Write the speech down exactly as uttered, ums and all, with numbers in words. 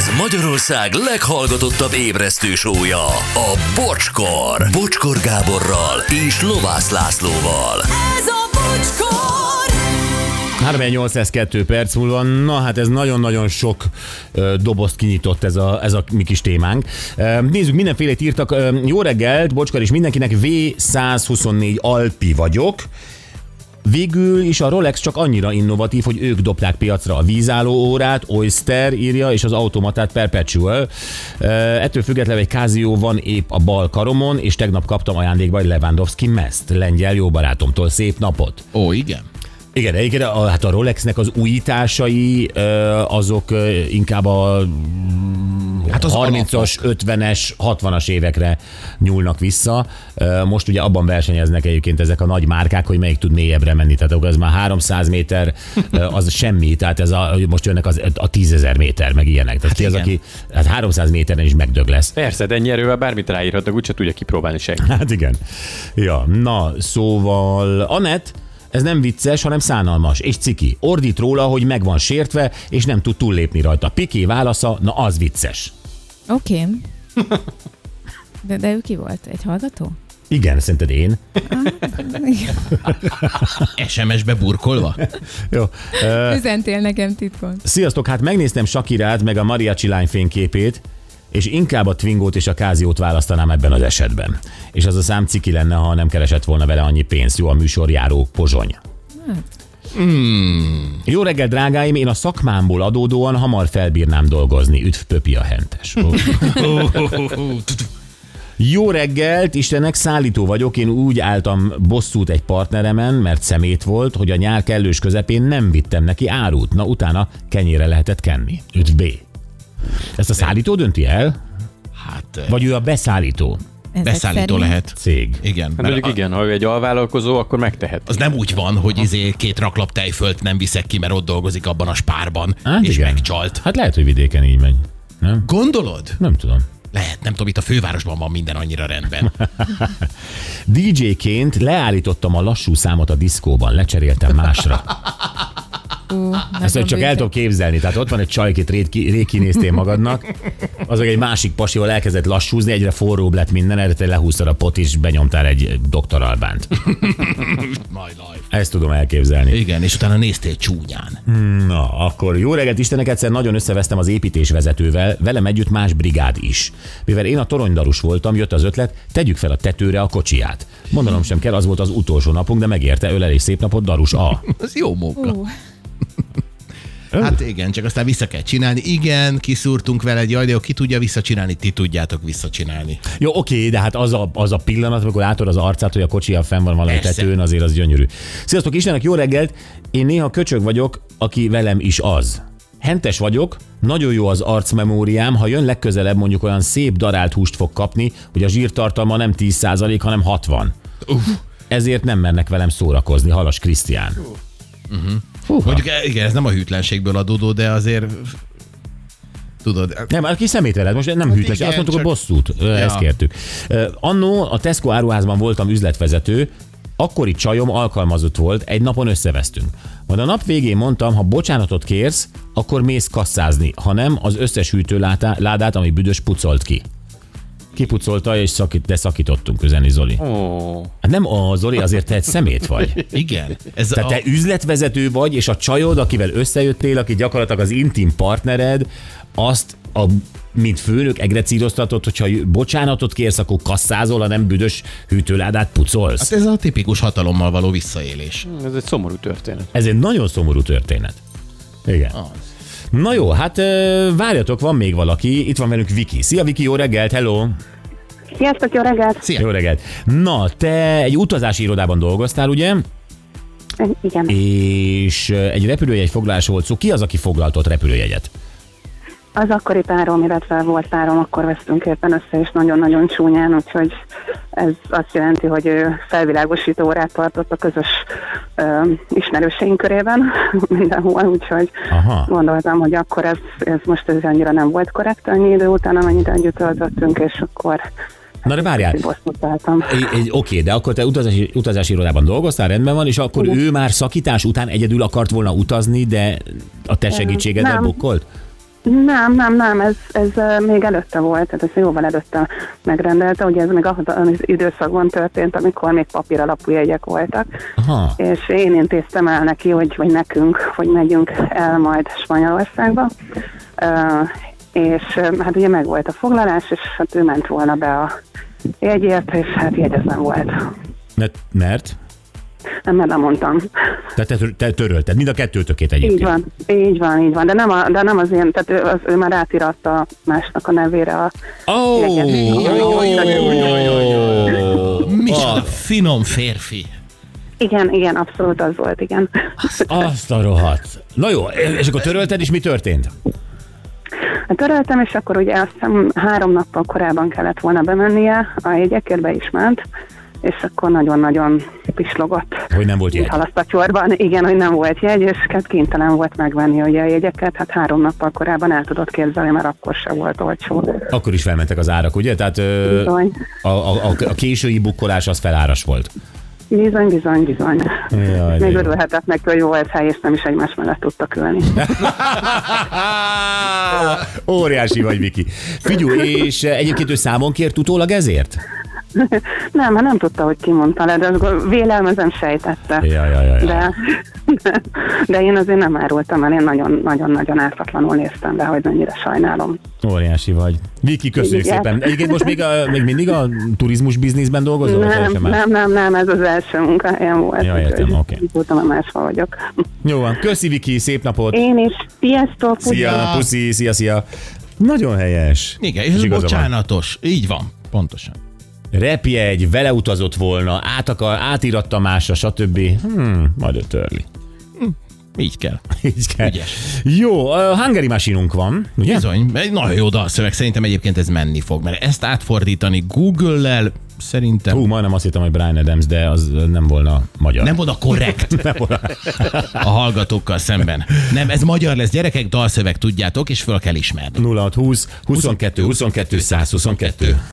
Ez Magyarország leghallgatottabb ébresztő show-ja, a Bocskor. Bocskor Gáborral és Lovász Lászlóval. Ez a Bocskor! háromnyolcszázkettő perc múlva, na hát ez nagyon-nagyon sok ö, dobozt kinyitott ez a, ez a mi kis témánk. Ö, nézzük, mindenfélét írtak. Ö, jó reggelt, Bocskor és mindenkinek, vé százhuszonnégy Alpi vagyok. Végül is a Rolex csak annyira innovatív, hogy ők dobták piacra a vízálló órát, Oyster írja, és az automatát Perpetual. Ettől függetlenül egy Casio van épp a bal karomon, és tegnap kaptam ajándékba egy Lewandowski mezt, lengyel jó barátomtól. Szép napot! Ó, igen. Igen, igen, a, hát a Rolexnek az újításai azok inkább a hát az harmincas, ötvenes, hatvanas évekre nyúlnak vissza. Most ugye abban versenyeznek egyébként ezek a nagy márkák, hogy melyik tud mélyebbre menni. Tehát ez már háromszáz méter, az semmi, tehát ez a, most jönnek az, a tízezer méter, meg ilyenek. Tehát hát ki az, aki hát háromszáz méteren is megdög lesz. Persze, de ennyi erővel bármit ráírhatnak, úgyse tudja kipróbálni senki. Hát igen. Ja, na, szóval Anett, ez nem vicces, hanem szánalmas és ciki. Ordít róla, hogy meg van sértve, és nem tud túllépni rajta. Piqué válasza, na az vicces. Oké. Okay. De, de ő ki volt? Egy hallgató? Igen, szerinted én? es em es-be burkolva? Jó. Uh, Üzentél nekem titkon. Sziasztok, hát megnéztem Shakirát, meg a mariachi lány fényképét, és inkább a Twingót és a Casiót választanám ebben az esetben. És az a szám ciki lenne, ha nem keresett volna vele annyi pénzt. Jó a műsorjáró Pozsony. Hmm. Jó reggel, drágáim, én a szakmámból adódóan hamar felbírnám dolgozni. Üdv Pöpi a hentes. Oh. Jó reggelt, Istennek, szállító vagyok, én úgy álltam bosszút egy partneremen, mert szemét volt, hogy a nyár kellős közepén nem vittem neki árut. Na utána kenyére lehetett kenni. Üdv B. Ezt a szállító dönti el? Hát... Vagy ő a beszállító? Ezek beszállító szerint? lehet. Cég. Igen. Hát mondjuk a... igen, ha ő egy alvállalkozó, akkor megtehet. Az nem úgy van, hogy izé két raklap tejfölt nem viszek ki, mert ott dolgozik abban a spárban, Hát és igen. megcsalt. Hát lehet, hogy vidéken így megy. Nem? Gondolod? Nem tudom. Lehet, nem tudom, itt a fővárosban van minden annyira rendben. dé dzséként leállítottam a lassú számot a diszkóban, lecseréltem másra. Uh, Ezt hogy csak el tudom képzelni. Tehát ott van egy csaj, akit rég, rég kinéztél magadnak, az egy másik pasival elkezdett lassúzni, egyre forróbb lett minden, erre te lehúztad a pot és benyomtál egy doktor Albánt. My life. Ezt tudom elképzelni. Igen, és utána néztél csúnyán. Na, akkor jó reggelt, Istenek, egyszer nagyon összevesztem az építésvezetővel, velem együtt más brigád is. Mivel én a toronydarus voltam, jött az ötlet, tegyük fel a tetőre a kocsiját. Mondanom sem kell, az volt az utolsó napunk, de megérte, ölelés, szép napot, darus A. Az jó móka. Uh. Hát igen, csak aztán vissza kell csinálni. Igen, kiszúrtunk vele egy jaj, de jó, ki tudja visszacsinálni, ti tudjátok visszacsinálni. Jó, oké, de hát az a, az a pillanat, amikor látod az arcát, hogy a kocsija fenn van valami Persze. tetőn, azért az gyönyörű. Sziasztok, Istennek, jó reggelt! Én néha köcsög vagyok, aki velem is az. Hentes vagyok, nagyon jó az arcmemóriám, ha jön legközelebb, mondjuk olyan szép darált húst fog kapni, hogy a zsírtartalma nem tíz százalék, hanem hatvan. Uh. Ezért nem mernek velem szórakozni, Halas Krisztián. Uh. Uh-huh. Mondjuk igen, ez nem a hűtlenségből adódó, de azért tudod. Nem, aki szemét veled, most nem hát hűtlenség, azt mondtuk, csak... a bosszút, ja. Ezt kértük. Annó a Tesco áruházban voltam üzletvezető, akkori csajom alkalmazott volt, egy napon összevesztünk. Majd a nap végén mondtam, ha bocsánatot kérsz, akkor mész kasszázni, ha nem, az összes hűtőládát, ami büdös, pucolt ki. Kipucolta, és szakít, de szakítottunk, üzeni Zoli. Oh. Hát nem a Zoli, azért te egy szemét vagy. Igen. Ez Tehát a... te üzletvezető vagy, és a csajod, akivel összejöttél, aki gyakorlatilag az intim partnered, azt a mint főnök egrecíroztatod, hogyha bocsánatot kérsz, akkor kasszázol, ha nem büdös hűtőládát pucolsz. Hát ez a tipikus hatalommal való visszaélés. Ez egy szomorú történet. Ez egy nagyon szomorú történet. Igen. Az. Na jó, hát várjatok, van még valaki. Itt van velünk Viki. Szia Viki, jó reggelt, hello! Sziasztok, jó reggelt! Szia. Jó reggelt! Na, te egy utazási irodában dolgoztál, ugye? Igen. És egy repülőjegy foglalás volt szó. Ki az, aki foglaltott repülőjegyet? Az akkori párom, illetve volt párom, akkor vesztünk éppen össze, és nagyon-nagyon csúnyán, úgyhogy ez azt jelenti, hogy ő felvilágosító órát tartott a közös ö, ismerőseink körében mindenhol, úgyhogy Aha. gondoltam, hogy akkor ez, ez most ez annyira nem volt korrekt annyi idő után, amennyit együtt töltöttünk, és akkor Na de várjál, oké, de akkor te utazási, utazási irodában dolgoztál, rendben van, és akkor Igen. ő már szakítás után egyedül akart volna utazni, de a te segítségeddel bukkolt? Nem, nem, nem, ez, ez uh, még előtte volt, tehát ez jóval előtte megrendelte, ugye ez még az, az időszakban történt, amikor még papír alapú jegyek voltak, Aha. és én intéztem el neki, hogy, vagy nekünk, hogy megyünk el majd Spanyolországba, uh, és uh, hát ugye meg volt a foglalás, és hát ő ment volna be a jegyért, és hát jegyezem volt. Mert? mert? Nem, mert lemondtam. Tehát te, te törölted, mind a kettőtökét egyébként. Így van, így van, így van, de nem, a, de nem az én, tehát ő, az, ő már átiratta másnak a nevére a Ó, Micsoda finom férfi. Igen, igen, abszolút az volt, igen. azt a rohadt. Na jó, és akkor törölted, és mi történt? Töröltem, és akkor ugye azt hiszem három nappal korábban kellett volna bemennie, a jegyekért be is ment, és akkor nagyon-nagyon pislogott. Hogy nem volt jegy. Halaszt a csorban, igen, hogy nem volt jegy, és hát kénytelen volt megvenni ugye a jegyeket, hát három nappal korábban el tudott képzelni, mert akkor se volt olcsó. Akkor is felmentek az árak, ugye? Tehát ö, a, a, a, a késői bukkolás az feláras volt. Bizony, bizony, bizony. Jaj, Még jó. örülhetett neki, hogy volt hely, és nem is egymás mellett tudtak ülni. Óriási vagy, Viki. Figyelj, és egyébként ő számon kért utólag ezért? Nem, hát nem tudta, hogy ki mondta le, de azt vélelmezem sejtette. Ja, ja, ja, ja. De, de én azért nem árultam el, én nagyon-nagyon-nagyon ártatlanul néztem, de hogy mennyire sajnálom. Óriási vagy. Viki, köszönjük Igen. szépen. Egyébként most még, a, még mindig a turizmus bizniszben dolgozol? vagy Nem, teljesen más? nem, nem, nem, ez az első munkahelyem volt. Ja, értem, úgyhogy oké. Tudtam, hogy máshol vagyok. Jó van. Köszi, Viki, szép napot. Én is. Sziasztok! Szia, puszi, szia, szia. Nagyon helyes. Igen, és ez igaza van. bocsánatos. Így van, pontosan. Repjegy, vele utazott volna, át akar, átiratta másra, stb. Hmm, majd ő törli. Így kell. Így kell. Ügyes. Jó, a Hungary Machine-unk van, ugye? Bizony, egy nagyon jó dalszöveg, szerintem egyébként ez menni fog, mert ezt átfordítani Google-lel szerintem Hú, majdnem azt hittem, hogy Bryan Adams, de az nem volna magyar. nem volna korrekt nem volna. a hallgatókkal szemben. Nem, ez magyar lesz, gyerekek, dalszöveg, tudjátok, és föl kell ismerni. nulla hat húsz huszonkettő huszonkettő száz huszonkettő